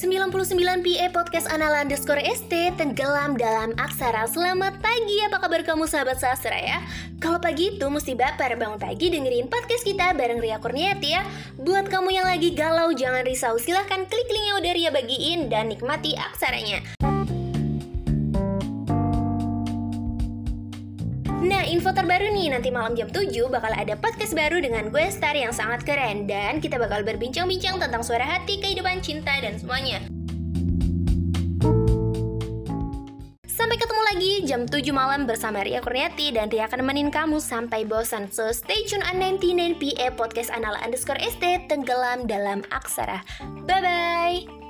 99 PA Podcast Anala _ST tenggelam dalam aksara. Selamat pagi, apa kabar kamu sahabat sastra ya? Kalau pagi itu mesti baper, bangun pagi dengerin podcast kita bareng Ria Kurniati ya. Buat kamu yang lagi galau jangan risau, silahkan klik link yang udah Ria bagiin dan nikmati aksaranya. Nah, info terbaru nih, nanti malam jam 7 bakal ada podcast baru dengan gue Star yang sangat keren. Dan kita bakal berbincang-bincang tentang suara hati, kehidupan, cinta, dan semuanya. Sampai ketemu lagi jam 7 malam bersama Ria Kurniati. Dan Ria akan nemenin kamu sampai bosan. So stay tune on 99 PA Podcast Anala _ST tenggelam dalam aksara. Bye-bye.